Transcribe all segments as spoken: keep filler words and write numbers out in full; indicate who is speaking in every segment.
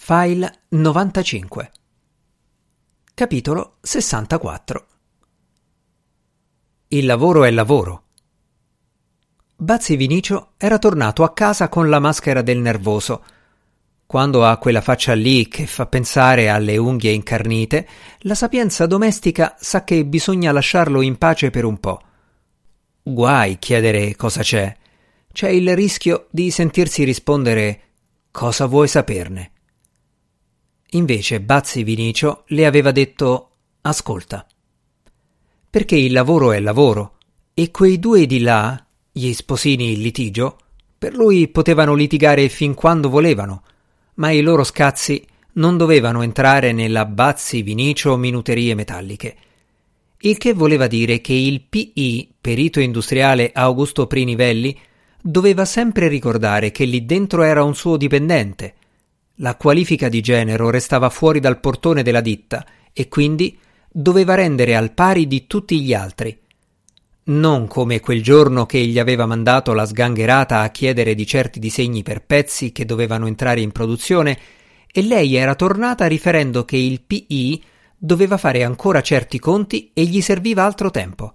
Speaker 1: File novantacinque. Capitolo sessantaquattro. Il lavoro è lavoro. Bazzi Vinicio era tornato a casa con la maschera del nervoso. Quando ha quella faccia lì che fa pensare alle unghie incarnite, la sapienza domestica sa che bisogna lasciarlo in pace per un po'. Guai chiedere cosa c'è. C'è il rischio di sentirsi rispondere «Cosa vuoi saperne?» Invece Bazzi Vinicio le aveva detto «Ascolta». Perché il lavoro è lavoro e quei due di là, gli sposini in litigio, per lui potevano litigare fin quando volevano, ma i loro scazzi non dovevano entrare nella Bazzi Vinicio Minuterie Metalliche. Il che voleva dire che il P I, perito industriale Augusto Prinivelli, doveva sempre ricordare che lì dentro era un suo dipendente. La qualifica di genero restava fuori dal portone della ditta e quindi doveva rendere al pari di tutti gli altri. Non come quel giorno che gli aveva mandato la sgangherata a chiedere di certi disegni per pezzi che dovevano entrare in produzione e lei era tornata riferendo che il P I doveva fare ancora certi conti e gli serviva altro tempo.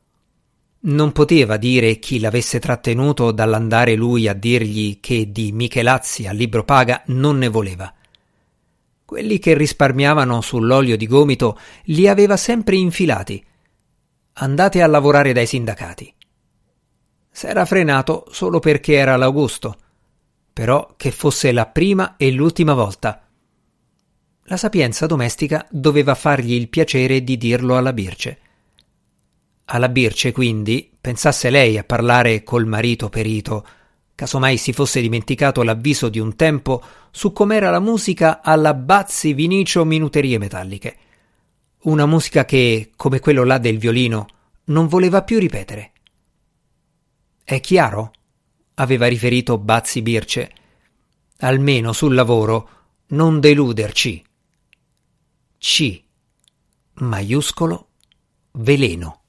Speaker 1: Non poteva dire chi l'avesse trattenuto dall'andare lui a dirgli che di Michelazzi al libro paga non ne voleva. Quelli che risparmiavano sull'olio di gomito li aveva sempre infilati. Andate a lavorare dai sindacati. S'era frenato solo perché era l'Augusto, però che fosse la prima e l'ultima volta. La sapienza domestica doveva fargli il piacere di dirlo alla Birce. Alla Birce, quindi, pensasse lei a parlare col marito perito, casomai si fosse dimenticato l'avviso di un tempo su com'era la musica alla Bazzi Vinicio Minuterie Metalliche. Una musica che, come quello là del violino, non voleva più ripetere. «È chiaro?» aveva riferito Bazzi Birce. «Almeno sul lavoro non deluderci. C. Maiuscolo veleno».